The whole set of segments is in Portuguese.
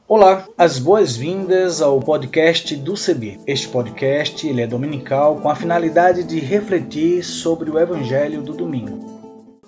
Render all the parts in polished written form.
Olá, as boas-vindas ao podcast do CB. Este podcast ele é dominical com a finalidade de refletir sobre o Evangelho do domingo.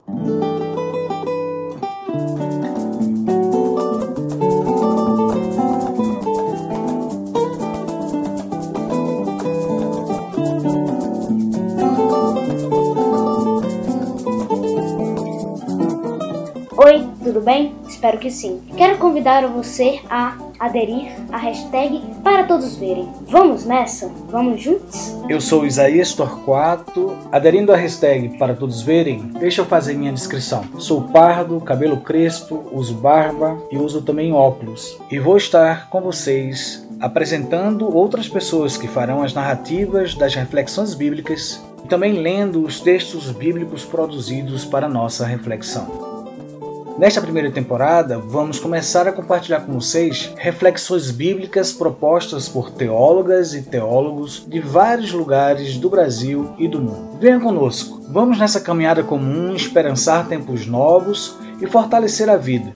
Oi, tudo bem? Espero que sim. Quero convidar você a aderir à hashtag para todos verem. Vamos nessa? Vamos juntos? Eu sou Isaías Torquato, aderindo à hashtag para todos verem, deixa eu fazer minha descrição. Sou pardo, cabelo crespo, uso barba e uso também óculos. E vou estar com vocês apresentando outras pessoas que farão as narrativas das reflexões bíblicas e também lendo os textos bíblicos produzidos para nossa reflexão. Nesta primeira temporada, vamos começar a compartilhar com vocês reflexões bíblicas propostas por teólogas e teólogos de vários lugares do Brasil e do mundo. Venha conosco, vamos nessa caminhada comum esperançar tempos novos e fortalecer a vida.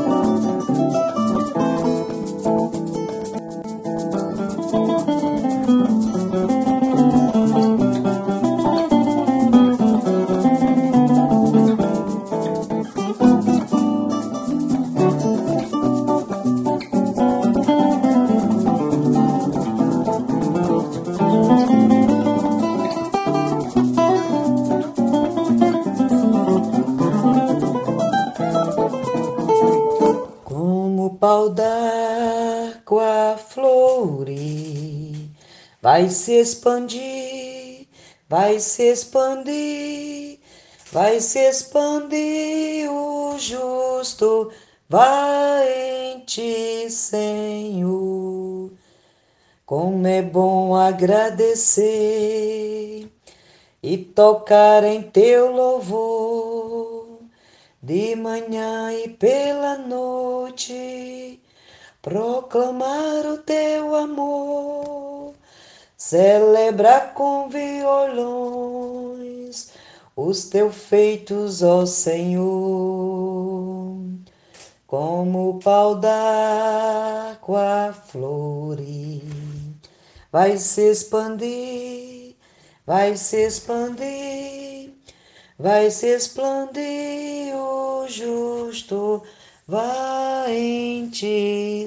Pau d'água flore, vai se expandir, vai se expandir, vai se expandir o justo, vai em ti, Senhor. Como é bom agradecer e tocar em teu louvor, de manhã e pela noite, proclamar o teu amor, celebrar com violões os teus feitos, ó Senhor. Como o pau d'água flore, vai se expandir, vai se expandir, vai se expandir o justo, vai em ti,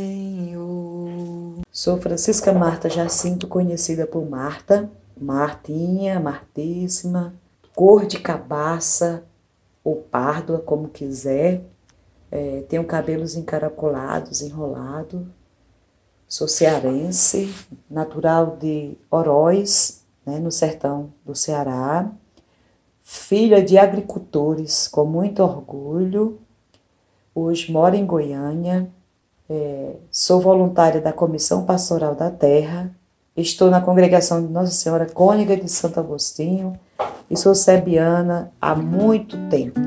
Senhor. Sou Francisca Marta Jacinto, conhecida por Marta, Martinha, Martíssima, cor de cabaça ou párdua, como quiser. Tenho cabelos encaracolados, enrolados. Sou cearense, natural de Oroz, no sertão do Ceará. Filha de agricultores, com muito orgulho. Hoje moro em Goiânia. Sou voluntária da Comissão Pastoral da Terra. Estou na congregação de Nossa Senhora Cônega de Santo Agostinho e sou sebiana há muito tempo.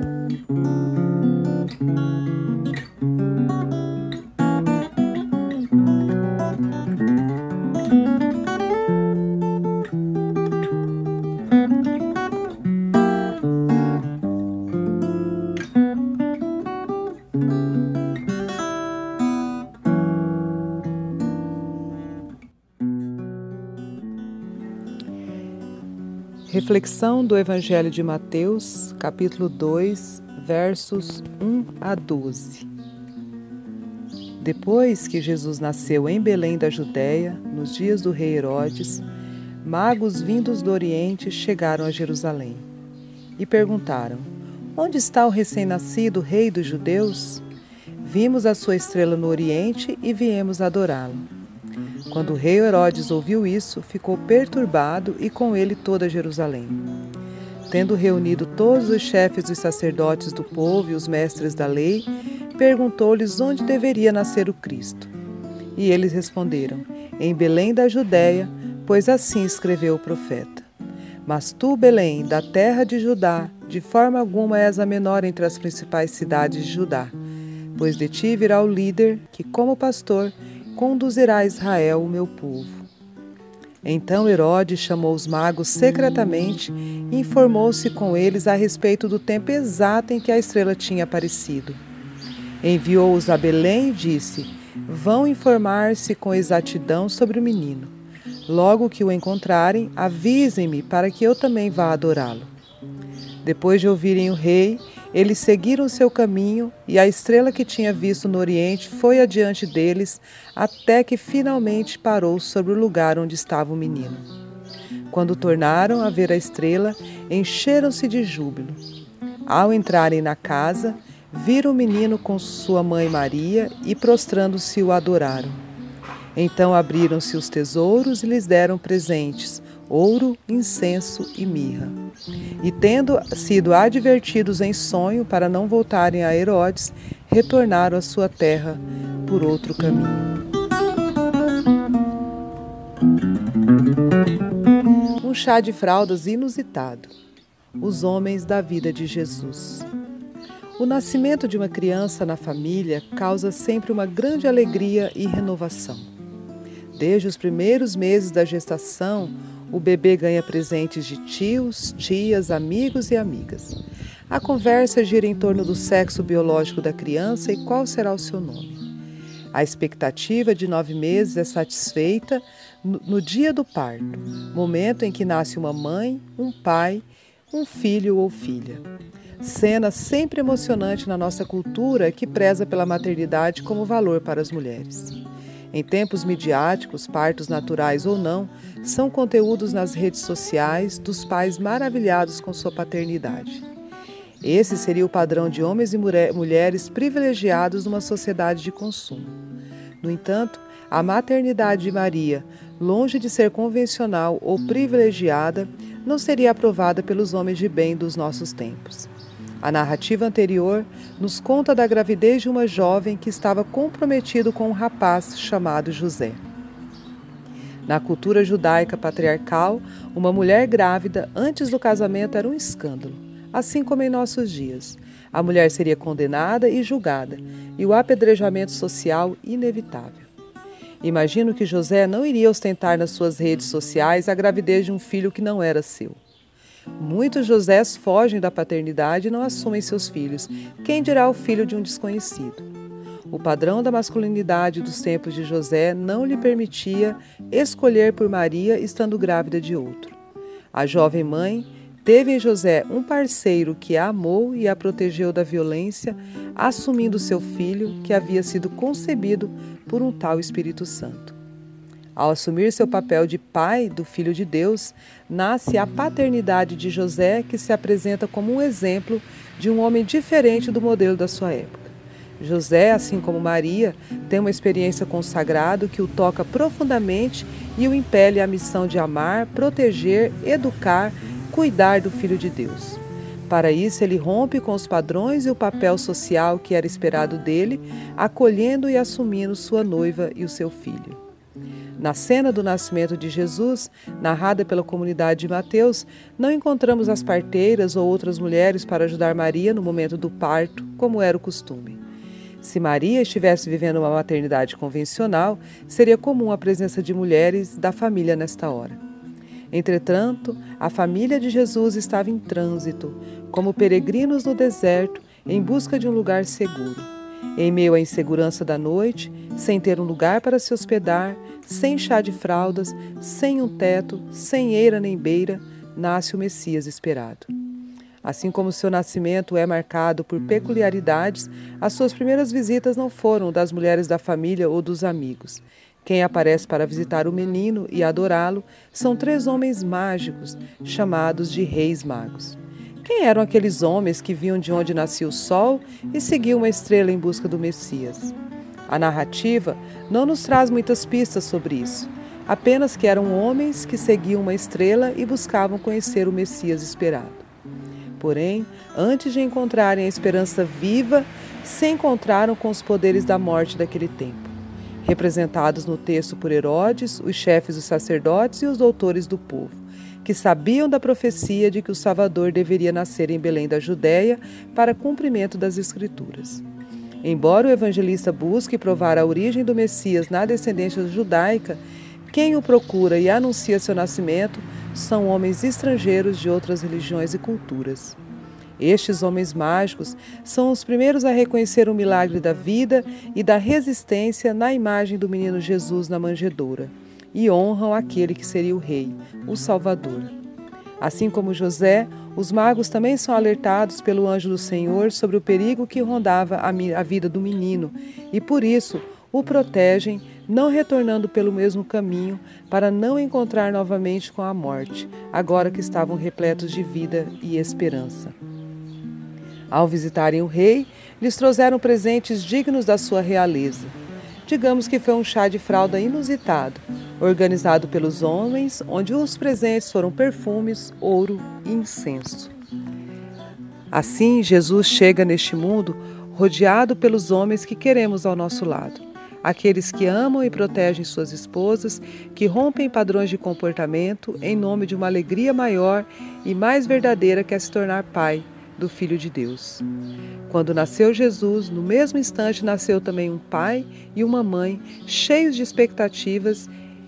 Reflexão do Evangelho de Mateus, capítulo 2, versos 1 a 12. Depois que Jesus nasceu em Belém da Judéia, nos dias do rei Herodes, magos vindos do Oriente chegaram a Jerusalém e perguntaram: onde está o recém-nascido rei dos judeus? Vimos a sua estrela no Oriente e viemos adorá-lo. Quando o rei Herodes ouviu isso, ficou perturbado e com ele toda Jerusalém. Tendo reunido todos os chefes dos sacerdotes do povo e os mestres da lei, perguntou-lhes onde deveria nascer o Cristo. E eles responderam: em Belém da Judéia, pois assim escreveu o profeta. Mas tu, Belém, da terra de Judá, de forma alguma és a menor entre as principais cidades de Judá, pois de ti virá o líder que, como pastor, conduzirá a Israel, o meu povo. Então Herodes chamou os magos secretamente e informou-se com eles a respeito do tempo exato em que a estrela tinha aparecido. Enviou-os a Belém e disse: vão informar-se com exatidão sobre o menino. Logo que o encontrarem, avisem-me para que eu também vá adorá-lo. Depois de ouvirem o rei, eles seguiram seu caminho e a estrela que tinha visto no oriente foi adiante deles até que finalmente parou sobre o lugar onde estava o menino. Quando tornaram a ver a estrela, encheram-se de júbilo. Ao entrarem na casa, viram o menino com sua mãe Maria e, prostrando-se, o adoraram. Então abriram-se os tesouros e lhes deram presentes, ouro, incenso e mirra. E, tendo sido advertidos em sonho para não voltarem a Herodes, retornaram à sua terra por outro caminho. Um chá de fraldas inusitado. Os homens da vida de Jesus. O nascimento de uma criança na família causa sempre uma grande alegria e renovação. Desde os primeiros meses da gestação, o bebê ganha presentes de tios, tias, amigos e amigas. A conversa gira em torno do sexo biológico da criança e qual será o seu nome. A expectativa de 9 meses é satisfeita no dia do parto, momento em que nasce uma mãe, um pai, um filho ou filha. Cena sempre emocionante na nossa cultura que preza pela maternidade como valor para as mulheres. Em tempos midiáticos, partos naturais ou não, são conteúdos nas redes sociais dos pais maravilhados com sua paternidade. Esse seria o padrão de homens e mulheres privilegiados numa sociedade de consumo. No entanto, a maternidade de Maria, longe de ser convencional ou privilegiada, não seria aprovada pelos homens de bem dos nossos tempos. A narrativa anterior nos conta da gravidez de uma jovem que estava comprometido com um rapaz chamado José. Na cultura judaica patriarcal, uma mulher grávida antes do casamento era um escândalo, assim como em nossos dias. A mulher seria condenada e julgada, e o apedrejamento social inevitável. Imagino que José não iria ostentar nas suas redes sociais a gravidez de um filho que não era seu. Muitos Josés fogem da paternidade e não assumem seus filhos. Quem dirá o filho de um desconhecido? O padrão da masculinidade dos tempos de José não lhe permitia escolher por Maria estando grávida de outro. A jovem mãe teve em José um parceiro que a amou e a protegeu da violência, assumindo seu filho que havia sido concebido por um tal Espírito Santo. Ao assumir seu papel de pai do Filho de Deus, nasce a paternidade de José, que se apresenta como um exemplo de um homem diferente do modelo da sua época. José, assim como Maria, tem uma experiência com o sagrado que o toca profundamente e o impele à missão de amar, proteger, educar, cuidar do Filho de Deus. Para isso, ele rompe com os padrões e o papel social que era esperado dele, acolhendo e assumindo sua noiva e o seu filho. Na cena do nascimento de Jesus, narrada pela comunidade de Mateus, não encontramos as parteiras ou outras mulheres para ajudar Maria no momento do parto, como era o costume. Se Maria estivesse vivendo uma maternidade convencional, seria comum a presença de mulheres da família nesta hora. Entretanto, a família de Jesus estava em trânsito, como peregrinos no deserto, em busca de um lugar seguro. Em meio à insegurança da noite, sem ter um lugar para se hospedar, sem chá de fraldas, sem um teto, sem eira nem beira, nasce o Messias esperado. Assim como seu nascimento é marcado por peculiaridades, as suas primeiras visitas não foram das mulheres da família ou dos amigos. Quem aparece para visitar o menino e adorá-lo são 3 homens mágicos, chamados de Reis Magos. Quem eram aqueles homens que vinham de onde nascia o sol e seguiam uma estrela em busca do Messias? A narrativa não nos traz muitas pistas sobre isso, apenas que eram homens que seguiam uma estrela e buscavam conhecer o Messias esperado. Porém, antes de encontrarem a esperança viva, se encontraram com os poderes da morte daquele tempo, representados no texto por Herodes, os chefes dos sacerdotes e os doutores do povo, que sabiam da profecia de que o Salvador deveria nascer em Belém da Judéia para cumprimento das Escrituras. Embora o evangelista busque provar a origem do Messias na descendência judaica, quem o procura e anuncia seu nascimento são homens estrangeiros de outras religiões e culturas. Estes homens mágicos são os primeiros a reconhecer o milagre da vida e da resistência na imagem do menino Jesus na manjedoura, e honram aquele que seria o Rei, o Salvador. Assim como José, os magos também são alertados pelo anjo do Senhor sobre o perigo que rondava a vida do menino, e por isso o protegem, não retornando pelo mesmo caminho para não encontrar novamente com a morte, agora que estavam repletos de vida e esperança. Ao visitarem o rei, lhes trouxeram presentes dignos da sua realeza. Digamos que foi um chá de fralda inusitado, organizado pelos homens, onde os presentes foram perfumes, ouro e incenso. Assim, Jesus chega neste mundo rodeado pelos homens que queremos ao nosso lado. Aqueles que amam e protegem suas esposas, que rompem padrões de comportamento em nome de uma alegria maior e mais verdadeira que é se tornar pai do Filho de Deus. Quando nasceu Jesus, no mesmo instante nasceu também um pai e uma mãe cheios de expectativas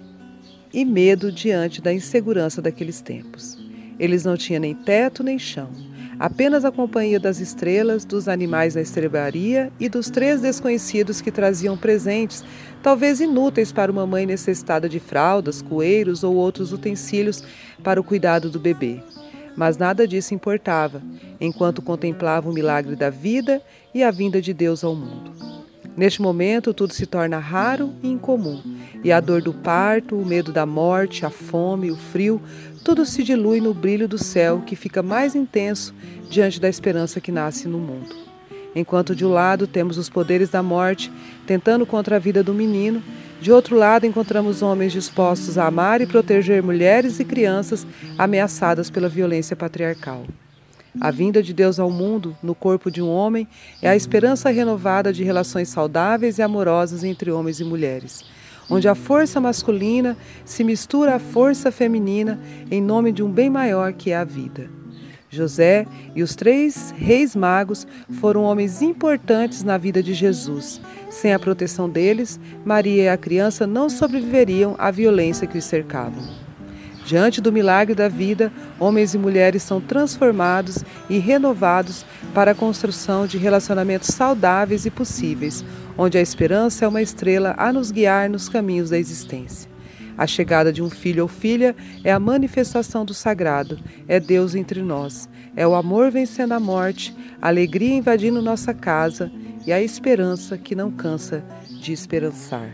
e medo diante da insegurança daqueles tempos. Eles não tinham nem teto nem chão, apenas a companhia das estrelas, dos animais da estrebaria e dos 3 desconhecidos que traziam presentes, talvez inúteis para uma mãe necessitada de fraldas, coeiros ou outros utensílios para o cuidado do bebê. Mas nada disso importava, enquanto contemplava o milagre da vida e a vinda de Deus ao mundo. Neste momento, tudo se torna raro e incomum, e a dor do parto, o medo da morte, a fome, o frio, tudo se dilui no brilho do céu que fica mais intenso diante da esperança que nasce no mundo. Enquanto de um lado temos os poderes da morte tentando contra a vida do menino, de outro lado encontramos homens dispostos a amar e proteger mulheres e crianças ameaçadas pela violência patriarcal. A vinda de Deus ao mundo, no corpo de um homem, é a esperança renovada de relações saudáveis e amorosas entre homens e mulheres, onde a força masculina se mistura à força feminina em nome de um bem maior que é a vida. José e os 3 reis magos foram homens importantes na vida de Jesus. Sem a proteção deles, Maria e a criança não sobreviveriam à violência que os cercava. Diante do milagre da vida, homens e mulheres são transformados e renovados para a construção de relacionamentos saudáveis e possíveis, onde a esperança é uma estrela a nos guiar nos caminhos da existência. A chegada de um filho ou filha é a manifestação do sagrado, é Deus entre nós, é o amor vencendo a morte, a alegria invadindo nossa casa e a esperança que não cansa de esperançar.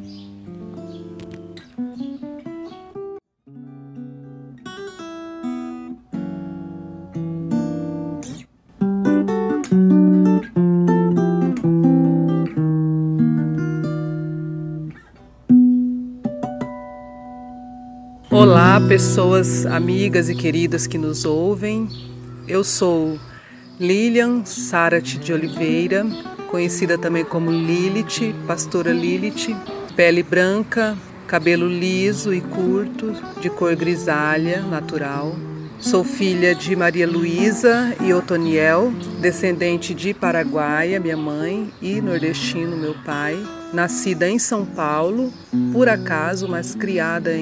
Olá, pessoas amigas e queridas que nos ouvem. Eu sou Lilian Sarati de Oliveira, conhecida também como Lilith, pastora Lilith, pele branca, cabelo liso e curto, de cor grisalha, natural. Sou filha de Maria Luísa e Otoniel, descendente de Paraguaia, minha mãe, e nordestino, meu pai. Nascida em São Paulo, por acaso, mas criada,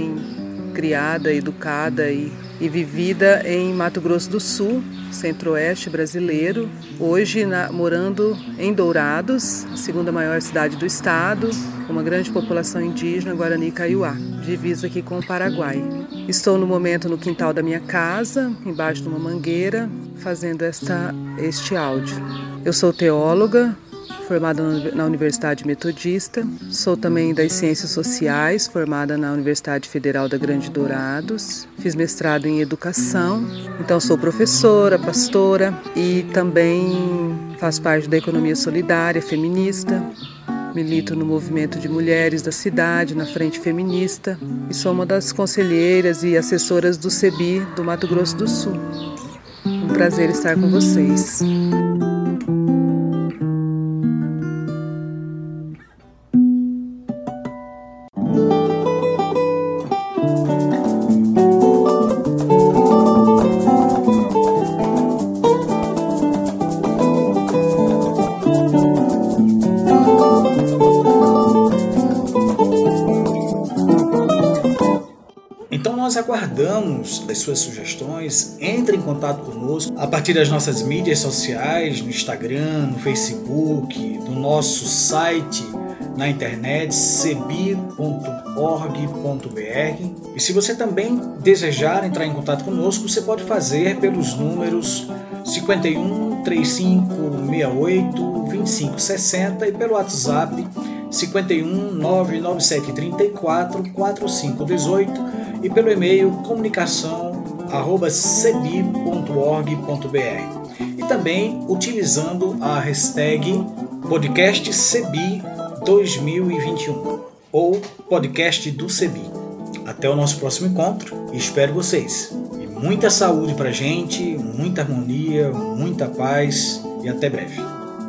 educada e vivida em Mato Grosso do Sul, centro-oeste brasileiro. Hoje morando em Dourados, a segunda maior cidade do estado, com uma grande população indígena, Guarani Kaiowá, divisa aqui com o Paraguai. Estou no momento no quintal da minha casa, embaixo de uma mangueira, fazendo este áudio. Eu sou teóloga, formada na Universidade Metodista. Sou também das Ciências Sociais, formada na Universidade Federal da Grande Dourados. Fiz mestrado em Educação, então sou professora, pastora e também faço parte da Economia Solidária, feminista. Milito no movimento de mulheres da cidade, na Frente Feminista, e sou uma das conselheiras e assessoras do CEBI do Mato Grosso do Sul. Um prazer estar com vocês. Então nós aguardamos as suas sugestões. Entre em contato conosco a partir das nossas mídias sociais, no Instagram, no Facebook, no nosso site na internet cebi.org.br. E se você também desejar entrar em contato conosco, você pode fazer pelos números 51 35 68 25 60 e pelo WhatsApp 51 997 34 45 18 e pelo e-mail comunicação@cebi.org.br e também utilizando a hashtag podcast Cebi 2021 ou podcast do Cebi. Até o nosso próximo encontro e espero vocês. E muita saúde pra gente, muita harmonia, muita paz e até breve.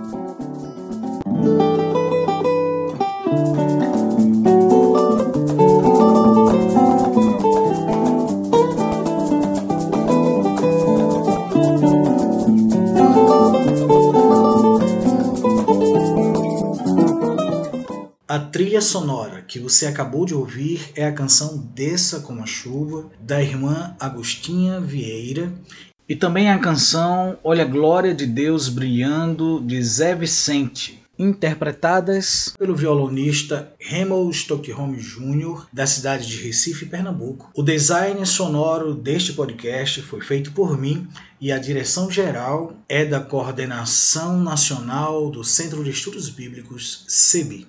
A trilha sonora que você acabou de ouvir é a canção Desça Como a Chuva, da irmã Agostinha Vieira, e também a canção Olha a Glória de Deus Brilhando, de Zé Vicente, interpretadas pelo violonista Remo Stockholm Jr., da cidade de Recife, Pernambuco. O design sonoro deste podcast foi feito por mim e a direção geral é da Coordenação Nacional do Centro de Estudos Bíblicos, CEBI.